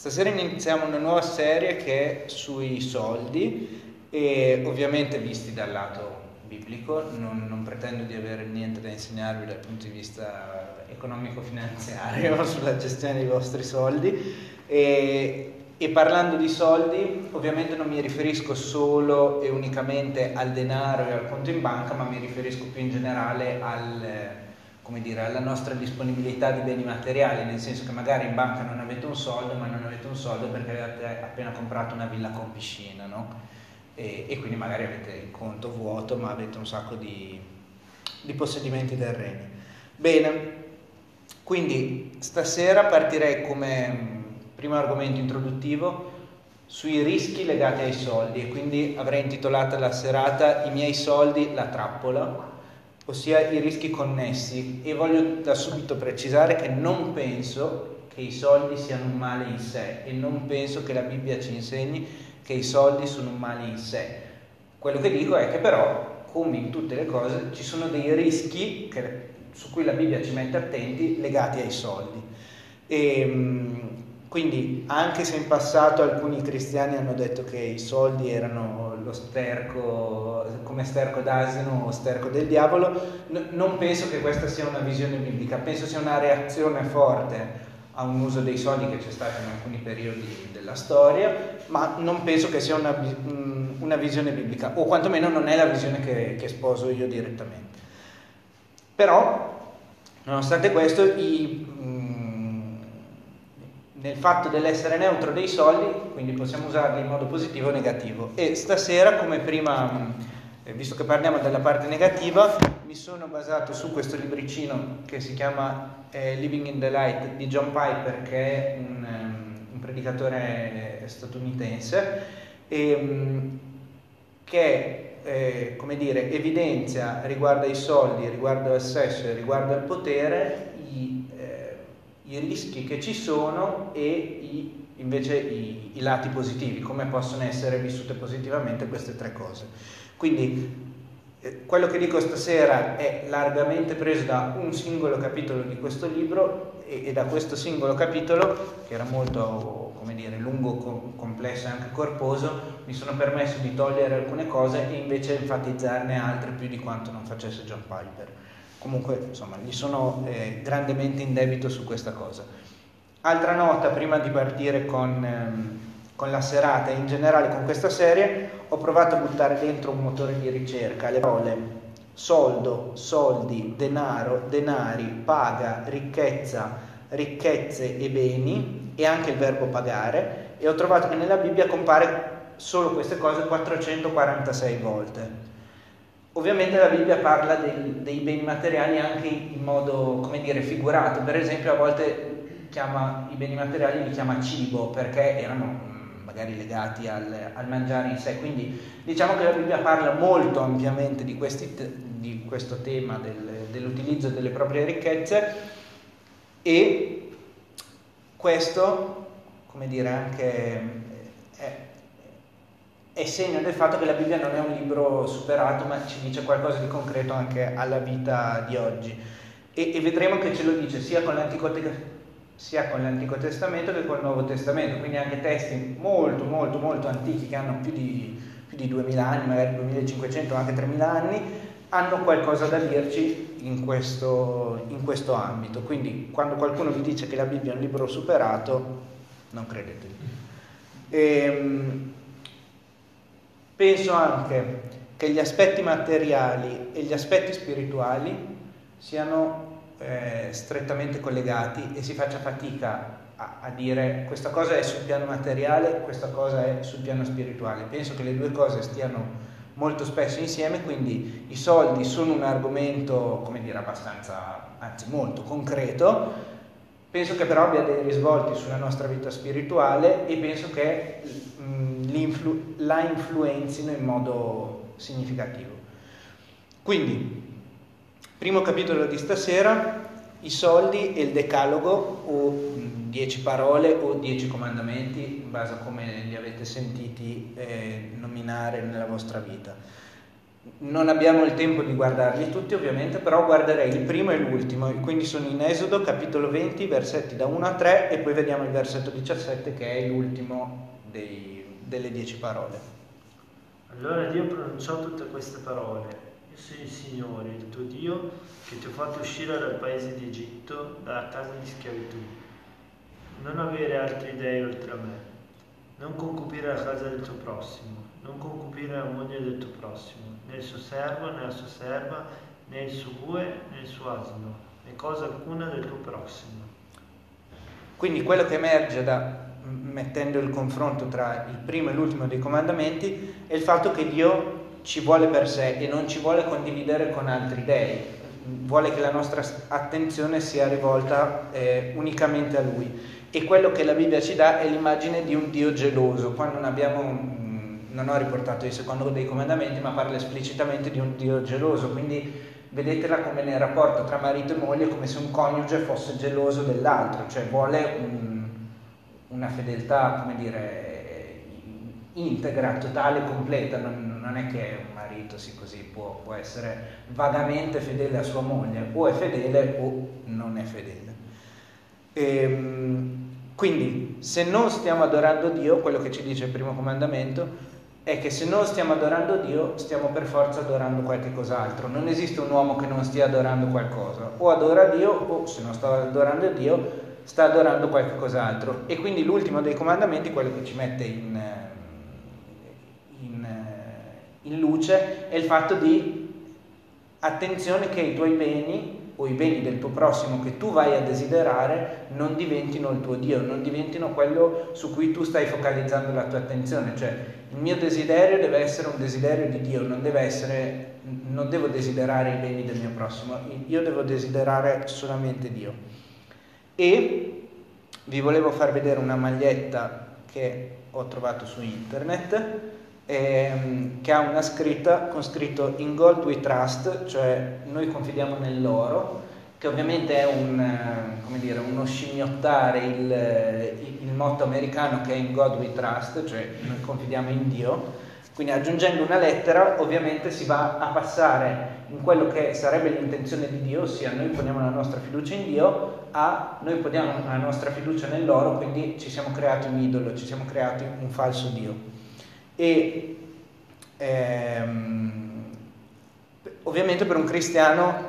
Stasera iniziamo una nuova serie che è sui soldi e ovviamente visti dal lato biblico, non pretendo di avere niente da insegnarvi dal punto di vista economico-finanziario sulla gestione dei vostri soldi e parlando di soldi ovviamente non mi riferisco solo e unicamente al denaro e al conto in banca, ma mi riferisco più in generale alla nostra disponibilità di beni materiali, nel senso che magari in banca non avete un soldo, ma non avete un soldo perché avete appena comprato una villa con piscina, no? E quindi magari avete il conto vuoto, ma avete un sacco di possedimenti terreni. Bene, quindi stasera partirei come primo argomento introduttivo sui rischi legati ai soldi e quindi avrei intitolata la serata I miei soldi, la trappola, ossia i rischi connessi, e voglio da subito precisare che non penso che i soldi siano un male in sé e non penso che la Bibbia ci insegni che i soldi sono un male in sé. Quello che dico è che però, come in tutte le cose, ci sono dei rischi su cui la Bibbia ci mette attenti legati ai soldi. Quindi anche se in passato alcuni cristiani hanno detto che i soldi erano lo sterco, come sterco d'asino o sterco del diavolo, non penso che questa sia una visione biblica, penso sia una reazione forte a un uso dei soldi che c'è stato in alcuni periodi della storia, ma non penso che sia una visione biblica, o quantomeno non è la visione che sposo io direttamente. Però, nonostante questo, nel fatto dell'essere neutro dei soldi, quindi possiamo usarli in modo positivo o negativo. E stasera, come prima, visto che parliamo della parte negativa, mi sono basato su questo libricino che si chiama Living in the Light di John Piper, che è un predicatore statunitense, che evidenzia riguardo ai soldi, riguardo al sesso e riguardo al potere i rischi che ci sono e invece i lati positivi, come possono essere vissute positivamente queste tre cose. Quindi quello che dico stasera è largamente preso da un singolo capitolo di questo libro e da questo singolo capitolo, che era molto lungo, complesso e anche corposo, mi sono permesso di togliere alcune cose e invece enfatizzarne altre più di quanto non facesse John Piper. Comunque, insomma, gli sono grandemente in debito su questa cosa. Altra nota, prima di partire con la serata e in generale con questa serie, ho provato a buttare dentro un motore di ricerca le parole soldo, soldi, denaro, denari, paga, ricchezza, ricchezze e beni, e anche il verbo pagare, e ho trovato che nella Bibbia compare solo queste cose 446 volte. Ovviamente la Bibbia parla dei beni materiali anche in modo, figurato. Per esempio, a volte i beni materiali li chiama cibo, perché erano magari legati al mangiare in sé. Quindi diciamo che la Bibbia parla molto ampiamente di questo tema dell'utilizzo delle proprie ricchezze, e questo, anche è segno del fatto che la Bibbia non è un libro superato, ma ci dice qualcosa di concreto anche alla vita di oggi. E vedremo che ce lo dice sia con l'Antico Testamento che col Nuovo Testamento, quindi anche testi molto molto molto antichi che hanno più di 2000 anni, magari 2500, anche 3000 anni, hanno qualcosa da dirci in questo ambito. Quindi quando qualcuno vi dice che la Bibbia è un libro superato, non credeteli. Penso anche che gli aspetti materiali e gli aspetti spirituali siano strettamente collegati e si faccia fatica a dire questa cosa è sul piano materiale, questa cosa è sul piano spirituale. Penso che le due cose stiano molto spesso insieme, quindi i soldi sono un argomento, abbastanza, anzi molto concreto. Penso che però abbia dei risvolti sulla nostra vita spirituale e penso che la influenzino in modo significativo. Quindi, primo capitolo di stasera, i soldi e il decalogo, o 10 parole o 10 comandamenti, in base a come li avete sentiti nominare nella vostra vita. Non abbiamo il tempo di guardarli tutti ovviamente, però guarderei il primo e l'ultimo, quindi sono in Esodo capitolo 20, versetti da 1 a 3, e poi vediamo il versetto 17 che è l'ultimo delle 10 parole. Allora Dio pronunciò tutte queste parole: io sono il Signore, il tuo Dio, che ti ho fatto uscire dal paese di Egitto, dalla casa di schiavitù. Non avere altri dei oltre a me. Non concupire la casa del tuo prossimo, non concupire la moglie del tuo prossimo, né il suo servo, né la sua serva, né il suo bue, né il suo asino, né cosa alcuna del tuo prossimo. Quindi quello che emerge mettendo il confronto tra il primo e l'ultimo dei comandamenti è il fatto che Dio ci vuole per sé e non ci vuole condividere con altri dei, vuole che la nostra attenzione sia rivolta unicamente a Lui. E quello che la Bibbia ci dà è l'immagine di un Dio geloso. Qua non ho riportato il secondo dei comandamenti, ma parla esplicitamente di un Dio geloso, quindi vedetela come nel rapporto tra marito e moglie, come se un coniuge fosse geloso dell'altro, cioè vuole una fedeltà, come dire, integra, totale, completa. Non è che un marito così può essere vagamente fedele a sua moglie, o è fedele o non è fedele. Quindi se non stiamo adorando Dio, quello che ci dice il primo comandamento è che se non stiamo adorando Dio stiamo per forza adorando qualche cos'altro. Non esiste un uomo che non stia adorando qualcosa, o adora Dio o, se non sta adorando Dio, sta adorando qualche cos'altro. E quindi l'ultimo dei comandamenti, quello che ci mette in luce, è il fatto di attenzione che i tuoi beni o i beni del tuo prossimo che tu vai a desiderare non diventino il tuo Dio, non diventino quello su cui tu stai focalizzando la tua attenzione. Cioè il mio desiderio deve essere un desiderio di Dio, non devo desiderare i beni del mio prossimo, io devo desiderare solamente Dio. E vi volevo far vedere una maglietta che ho trovato su internet, che ha una scritta con scritto "In God we trust", cioè noi confidiamo nell'oro, che ovviamente è uno scimmiottare il motto americano che è "In God we trust", cioè noi confidiamo in Dio. Quindi aggiungendo una lettera ovviamente si va a passare in quello che sarebbe l'intenzione di Dio, ossia noi poniamo la nostra fiducia in Dio, a noi poniamo la nostra fiducia nell'oro, quindi ci siamo creati un idolo, ci siamo creati un falso Dio. E ovviamente per un cristiano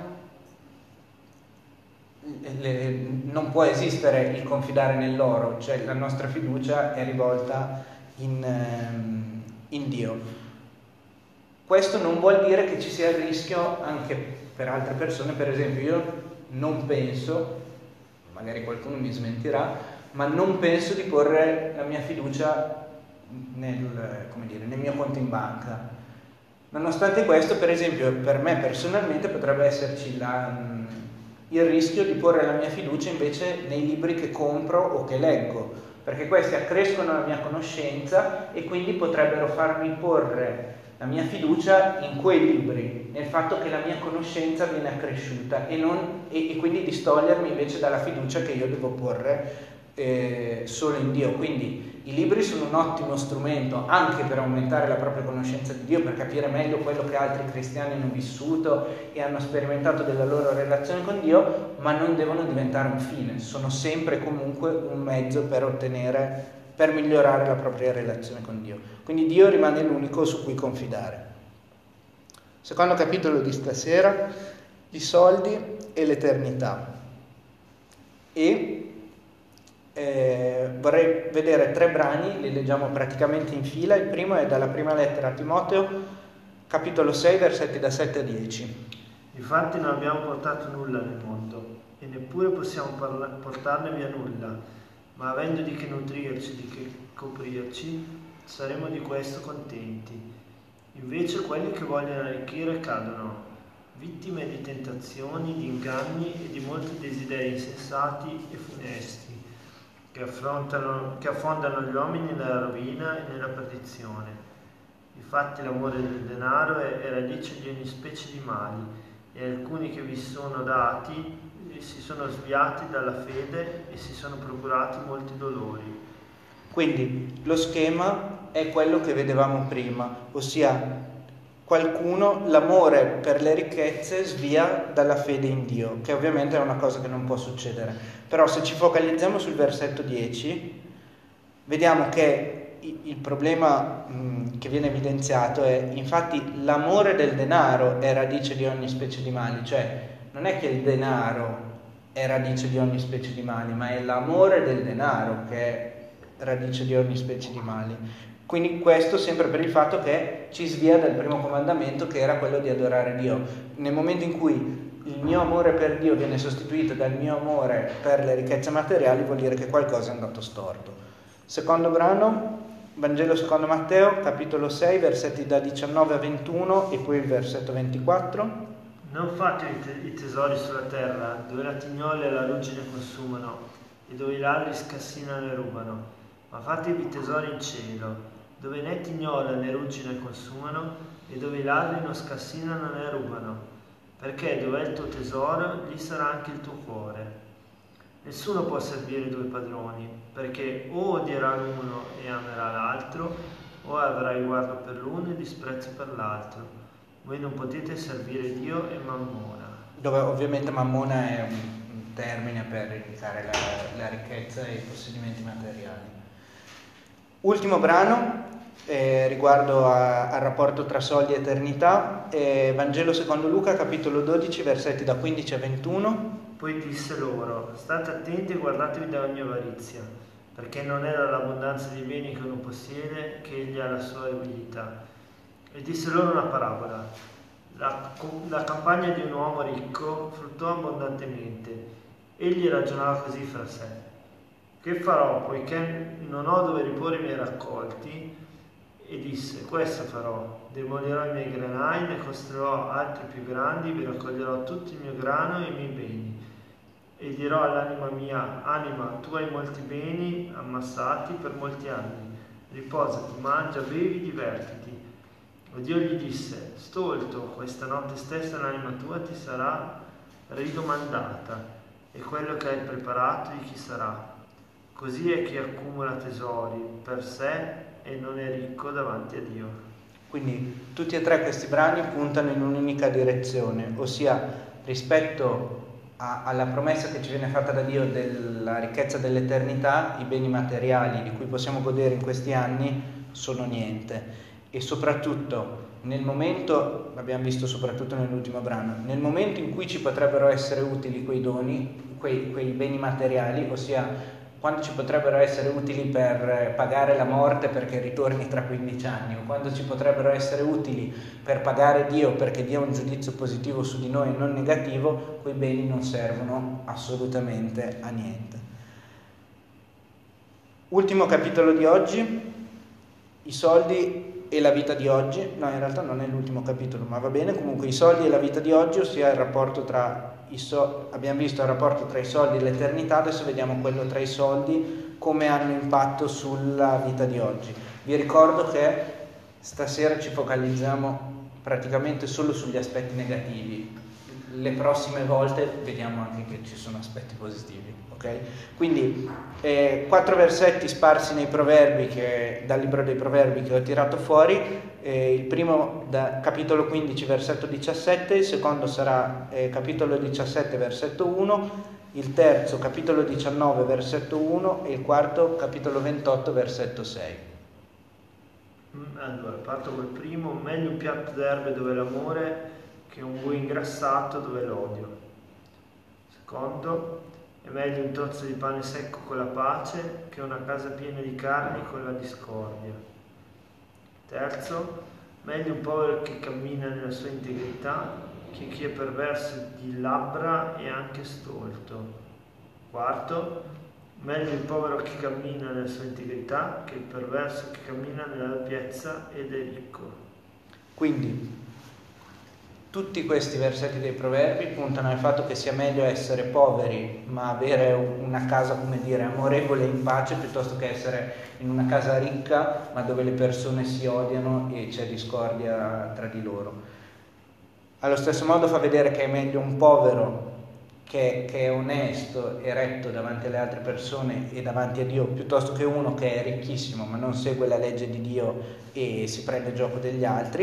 non può esistere il confidare nell'oro, cioè la nostra fiducia è rivolta in Dio. Questo non vuol dire che ci sia il rischio anche per altre persone. Per esempio, io non penso, magari qualcuno mi smentirà, ma non penso di porre la mia fiducia nel mio conto in banca. Nonostante questo, per esempio, per me personalmente potrebbe esserci il rischio di porre la mia fiducia invece nei libri che compro o che leggo, perché questi accrescono la mia conoscenza e quindi potrebbero farmi porre la mia fiducia in quei libri, nel fatto che la mia conoscenza viene accresciuta e quindi distogliermi invece dalla fiducia che io devo porre solo in Dio. Quindi i libri sono un ottimo strumento anche per aumentare la propria conoscenza di Dio, per capire meglio quello che altri cristiani hanno vissuto e hanno sperimentato della loro relazione con Dio, ma non devono diventare un fine, sono sempre e comunque un mezzo per migliorare la propria relazione con Dio. Quindi Dio rimane l'unico su cui confidare. Secondo capitolo di stasera, i soldi e l'eternità. E vorrei vedere 3 brani, li leggiamo praticamente in fila. Il primo è dalla prima lettera a Timoteo, capitolo 6, versetti da 7 a 10. Infatti non abbiamo portato nulla nel mondo e neppure possiamo portarne via nulla, ma avendo di che nutrirci, di che coprirci, saremo di questo contenti. Invece quelli che vogliono arricchire cadono, vittime di tentazioni, di inganni e di molti desideri insensati e funesti, che affondano gli uomini nella rovina e nella perdizione. Infatti l'amore del denaro è radice di ogni specie di mali, e alcuni che vi sono dati si sono sviati dalla fede e si sono procurati molti dolori. Quindi lo schema è quello che vedevamo prima, ossia qualcuno l'amore per le ricchezze svia dalla fede in Dio, che ovviamente è una cosa che non può succedere. Però se ci focalizziamo sul versetto 10, vediamo che il problema che viene evidenziato è, infatti, l'amore del denaro è radice di ogni specie di mali, cioè non è che il denaro è radice di ogni specie di mali, ma è l'amore del denaro che è radice di ogni specie di mali. Quindi questo sempre per il fatto che ci svia dal primo comandamento, che era quello di adorare Dio. Nel momento in cui il mio amore per Dio viene sostituito dal mio amore per le ricchezze materiali, vuol dire che qualcosa è andato storto. Secondo brano, Vangelo secondo Matteo, capitolo 6, versetti da 19 a 21 e poi il versetto 24. Non fate i tesori sulla terra, dove la tignola e la ruggine consumano e dove i ladri scassinano e rubano, ma fatevi tesori in cielo, dove né tignola né ruggine consumano e dove i ladri non scassinano né rubano, perché dove è il tuo tesoro, lì sarà anche il tuo cuore. Nessuno può servire due padroni, perché o odierà l'uno e amerà l'altro, o avrà riguardo per l'uno e disprezzo per l'altro. Voi non potete servire Dio e Mammona. Dove ovviamente Mammona è un termine per indicare la ricchezza e i possedimenti materiali. Ultimo brano riguardo al rapporto tra soldi e eternità, Vangelo secondo Luca, capitolo 12, versetti da 15 a 21. Poi disse loro: state attenti e guardatevi da ogni avarizia, perché non è dall'abbondanza dei beni che uno possiede che egli ha la sua abilità. E disse loro una parabola: la campagna di un uomo ricco fruttò abbondantemente. Egli ragionava così fra sé: che farò, poiché non ho dove riporre i miei raccolti? E disse: questo farò: demolirò i miei granai, ne costruirò altri più grandi, vi raccoglierò tutto il mio grano e i miei beni. E dirò all'anima mia: anima, tu hai molti beni ammassati per molti anni, riposati, mangia, bevi, divertiti. E Dio gli disse: stolto, questa notte stessa l'anima tua ti sarà ridomandata, e quello che hai preparato di chi sarà. Così è chi accumula tesori per sé e non è ricco davanti a Dio. Quindi tutti e tre questi brani puntano in un'unica direzione, ossia rispetto alla promessa che ci viene fatta da Dio della ricchezza dell'eternità, i beni materiali di cui possiamo godere in questi anni sono niente. E soprattutto nel momento, l'abbiamo visto soprattutto nell'ultimo brano, nel momento in cui ci potrebbero essere utili quei doni, quei beni materiali, ossia quando ci potrebbero essere utili per pagare la morte perché ritorni tra 15 anni, o quando ci potrebbero essere utili per pagare Dio perché dia un giudizio positivo su di noi e non negativo, quei beni non servono assolutamente a niente. Ultimo capitolo di oggi, i soldi e la vita di oggi. No, in realtà non è l'ultimo capitolo, ma va bene. Comunque i soldi e la vita di oggi, ossia il rapporto tra abbiamo visto il rapporto tra i soldi e l'eternità, adesso vediamo quello tra i soldi, come hanno impatto sulla vita di oggi. Vi ricordo che stasera ci focalizziamo praticamente solo sugli aspetti negativi. Le prossime volte vediamo anche che ci sono aspetti positivi, ok? Quindi 4 versetti sparsi nei proverbi dal libro dei proverbi che ho tirato fuori. Il primo da capitolo 15 versetto 17, il secondo sarà capitolo 17 versetto 1, il terzo capitolo 19 versetto 1 e il quarto capitolo 28 versetto 6. Allora, parto col primo: meglio un piatto d'erbe dove l'amore che un bue ingrassato dove l'odio. Secondo: è meglio un tozzo di pane secco con la pace che una casa piena di carni con la discordia. Terzo: meglio un povero che cammina nella sua integrità che chi è perverso di labbra e anche stolto. Quarto: meglio il povero che cammina nella sua integrità che il perverso che cammina nella doppiezza ed è ricco. Quindi tutti questi versetti dei proverbi puntano al fatto che sia meglio essere poveri ma avere una casa, come dire, amorevole e in pace, piuttosto che essere in una casa ricca ma dove le persone si odiano e c'è discordia tra di loro. Allo stesso modo fa vedere che è meglio un povero che è onesto e retto davanti alle altre persone e davanti a Dio, piuttosto che uno che è ricchissimo ma non segue la legge di Dio e si prende gioco degli altri.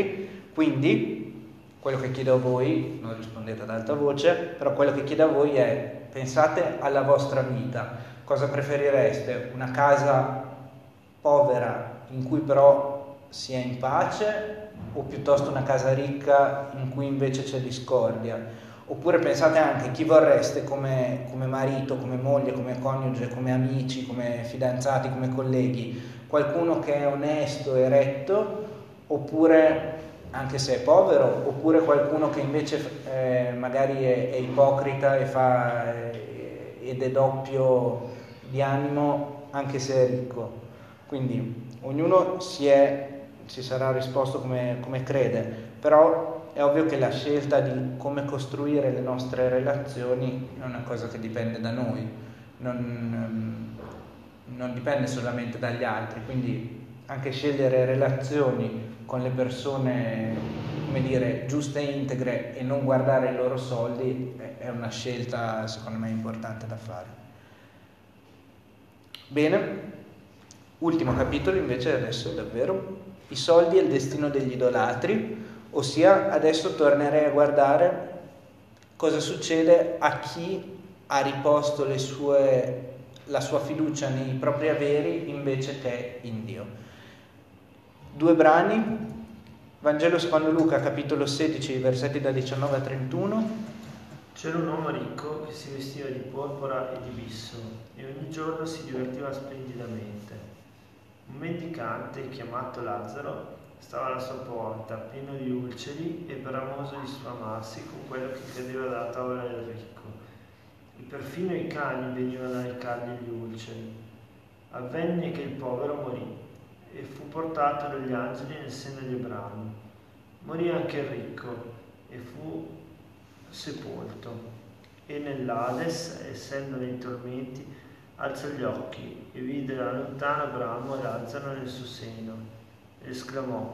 Quindi, quello che chiedo a voi, non rispondete ad alta voce, però quello che chiedo a voi è: pensate alla vostra vita. Cosa preferireste? Una casa povera in cui però si è in pace, o piuttosto una casa ricca in cui invece c'è discordia? Oppure pensate anche chi vorreste come marito, come moglie, come coniuge, come amici, come fidanzati, come colleghi? Qualcuno che è onesto e retto, oppure, anche se è povero, oppure qualcuno che invece magari è ipocrita ed è doppio di animo anche se è ricco. Quindi ognuno si sarà risposto come crede, però è ovvio che la scelta di come costruire le nostre relazioni è una cosa che dipende da noi, non dipende solamente dagli altri, quindi anche scegliere relazioni con le persone, come dire, giuste e integre e non guardare i loro soldi è una scelta secondo me importante da fare. Bene, ultimo capitolo invece adesso davvero, i soldi e il destino degli idolatri, ossia adesso tornerei a guardare cosa succede a chi ha riposto la sua fiducia nei propri averi invece che in Dio. 2 brani, Vangelo secondo Luca, capitolo 16, versetti da 19 a 31. C'era un uomo ricco che si vestiva di porpora e di bisso e ogni giorno si divertiva splendidamente. Un mendicante chiamato Lazzaro stava alla sua porta, pieno di ulceri e bramoso di sfamarsi con quello che cadeva dalla tavola del ricco. E perfino i cani venivano a recargli gli ulceri. Avvenne che il povero morì e fu portato dagli angeli nel seno di Abramo. Morì anche il ricco e fu sepolto. E nell'Ades, essendo nei tormenti, alzò gli occhi e vide da lontano Abramo e Lazzaro nel suo seno. E esclamò: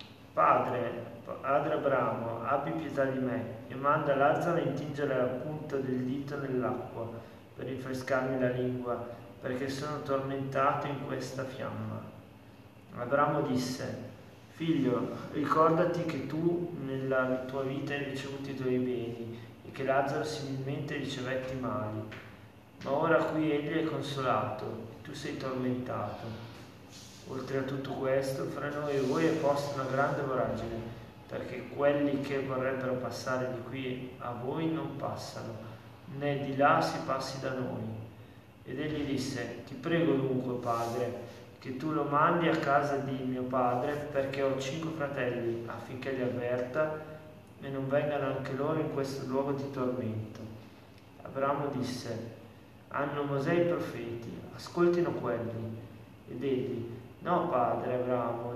Padre Abramo, abbi pietà di me e manda Lazzaro a intingere la punta del dito nell'acqua per rinfrescarmi la lingua, perché sono tormentato in questa fiamma. Abramo disse: Figlio, ricordati che tu nella tua vita hai ricevuto i tuoi beni e che Lazzaro similmente ricevette i mali, ma ora qui egli è consolato e tu sei tormentato. Oltre a tutto questo, fra noi e voi è posta una grande voragine, perché quelli che vorrebbero passare di qui a voi non passano, né di là si passi da noi. Ed egli disse: Ti prego dunque, padre, che tu lo mandi a casa di mio padre, perché ho 5 fratelli, affinché li avverta e non vengano anche loro in questo luogo di tormento. Abramo disse: Hanno Mosè e i profeti, ascoltino quelli. Ed egli: No, padre Abramo,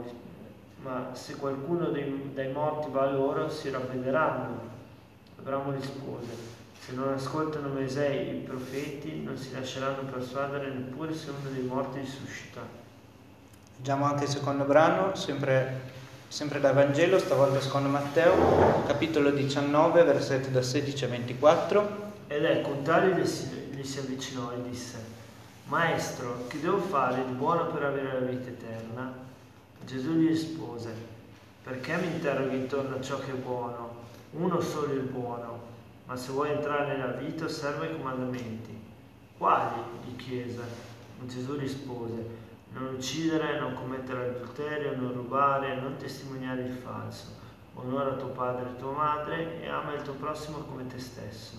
ma se qualcuno dai morti va a loro, si ravvederanno. Abramo rispose: Se non ascoltano Mosè e i profeti, non si lasceranno persuadere neppure se uno dei morti risuscita. Leggiamo anche il secondo brano, sempre dal Vangelo, stavolta secondo Matteo, capitolo 19, versetti da 16 a 24. Ed ecco, un tale gli si avvicinò e disse: Maestro, che devo fare di buono per avere la vita eterna? Gesù gli rispose: Perché mi interroghi intorno a ciò che è buono? Uno solo è il buono, ma se vuoi entrare nella vita osserva i comandamenti. Quali? Gli chiese. Gesù rispose: Non uccidere, non commettere adulterio, non rubare, non testimoniare il falso. Onora tuo padre e tua madre e ama il tuo prossimo come te stesso.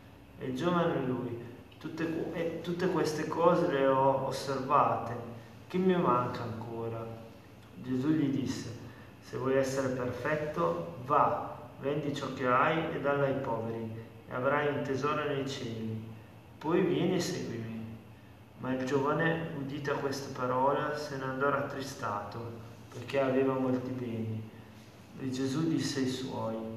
E il giovane lui: Tutte queste cose le ho osservate, che mi manca ancora? Gesù gli disse: Se vuoi essere perfetto, va, vendi ciò che hai e dalla ai poveri, e avrai un tesoro nei cieli. Poi vieni e seguimi. Ma il giovane, udita questa parola, se ne andò rattristato, perché aveva molti beni. E Gesù disse ai suoi: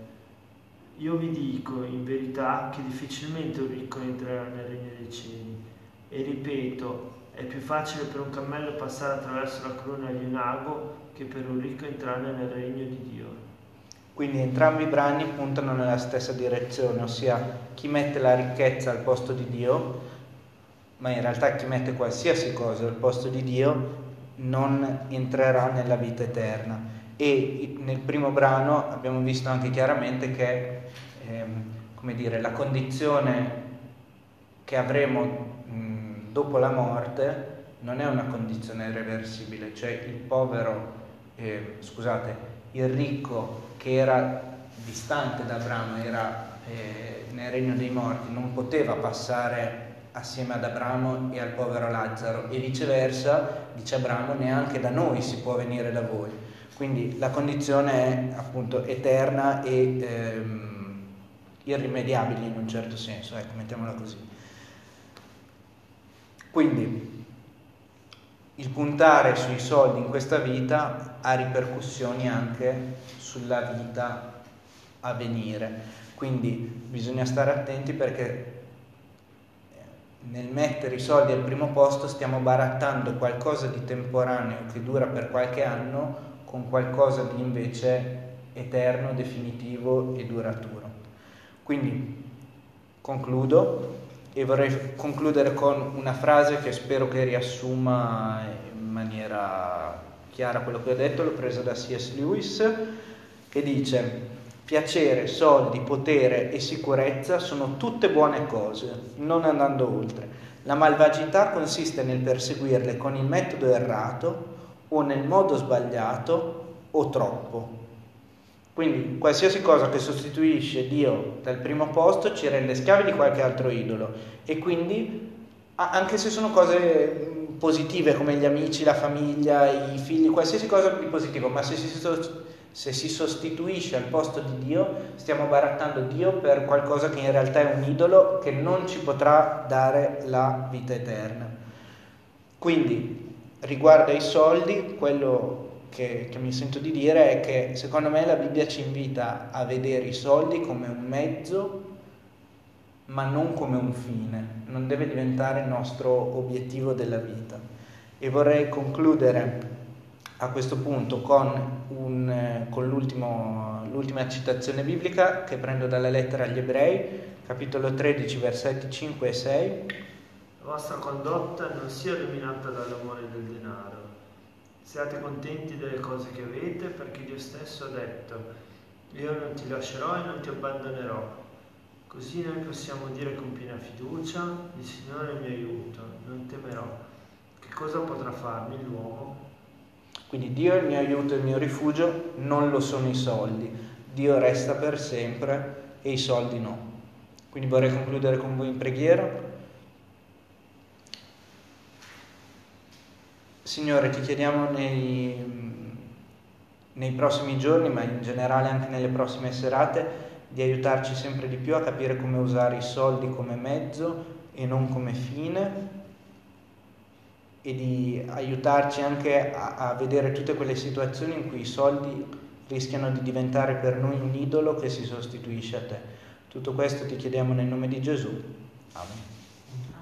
Io vi dico in verità che difficilmente un ricco entrerà nel regno dei cieli. E ripeto, è più facile per un cammello passare attraverso la cruna di un ago che per un ricco entrare nel regno di Dio. Quindi entrambi i brani puntano nella stessa direzione, ossia chi mette la ricchezza al posto di Dio, ma in realtà chi mette qualsiasi cosa al posto di Dio non entrerà nella vita eterna. e nel primo brano abbiamo visto anche chiaramente che come dire, la condizione che avremo dopo la morte non è una condizione irreversibile, cioè il povero, il ricco che era distante da Abramo, era nel regno dei morti, non poteva passare assieme ad Abramo e al povero Lazzaro, e viceversa, dice Abramo, neanche da noi si può venire da voi. Quindi la condizione è appunto eterna e irrimediabile in un certo senso, ecco, mettiamola così. Quindi il puntare sui soldi in questa vita ha ripercussioni anche sulla vita a venire, quindi bisogna stare attenti, perché nel mettere i soldi al primo posto stiamo barattando qualcosa di temporaneo che dura per qualche anno con qualcosa di invece eterno, definitivo e duraturo. Quindi concludo, e vorrei concludere con una frase che spero che riassuma in maniera chiara quello che ho detto. L'ho presa da C.S. Lewis, che dice: piacere, soldi, potere e sicurezza sono tutte buone cose, non andando oltre. La malvagità consiste nel perseguirle con il metodo errato o nel modo sbagliato o troppo. Quindi qualsiasi cosa che sostituisce Dio dal primo posto ci rende schiavi di qualche altro idolo, e quindi anche se sono cose positive come gli amici, la famiglia, i figli, qualsiasi cosa di positivo, ma se si sostituisce al posto di Dio, stiamo barattando Dio per qualcosa che in realtà è un idolo che non ci potrà dare la vita eterna. Quindi riguardo ai soldi, quello che mi sento di dire è che secondo me la Bibbia ci invita a vedere i soldi come un mezzo, ma non come un fine. Non deve diventare il nostro obiettivo della vita. E vorrei concludere a questo punto con l'ultima citazione biblica che prendo dalla lettera agli Ebrei, capitolo 13, versetti 5 e 6. La vostra condotta non sia dominata dall'amore del denaro. Siate contenti delle cose che avete, perché Dio stesso ha detto: io non ti lascerò e non ti abbandonerò. Così noi possiamo dire con piena fiducia: il Signore è il mio aiuto, non temerò. Che cosa potrà farmi l'uomo? Quindi Dio è il mio aiuto e il mio rifugio, non lo sono i soldi. Dio resta per sempre e i soldi no. Quindi vorrei concludere con voi in preghiera. Signore, ti chiediamo nei prossimi giorni, ma in generale anche nelle prossime serate, di aiutarci sempre di più a capire come usare i soldi come mezzo e non come fine, e di aiutarci anche a vedere tutte quelle situazioni in cui i soldi rischiano di diventare per noi un idolo che si sostituisce a te. Tutto questo ti chiediamo nel nome di Gesù. Amen.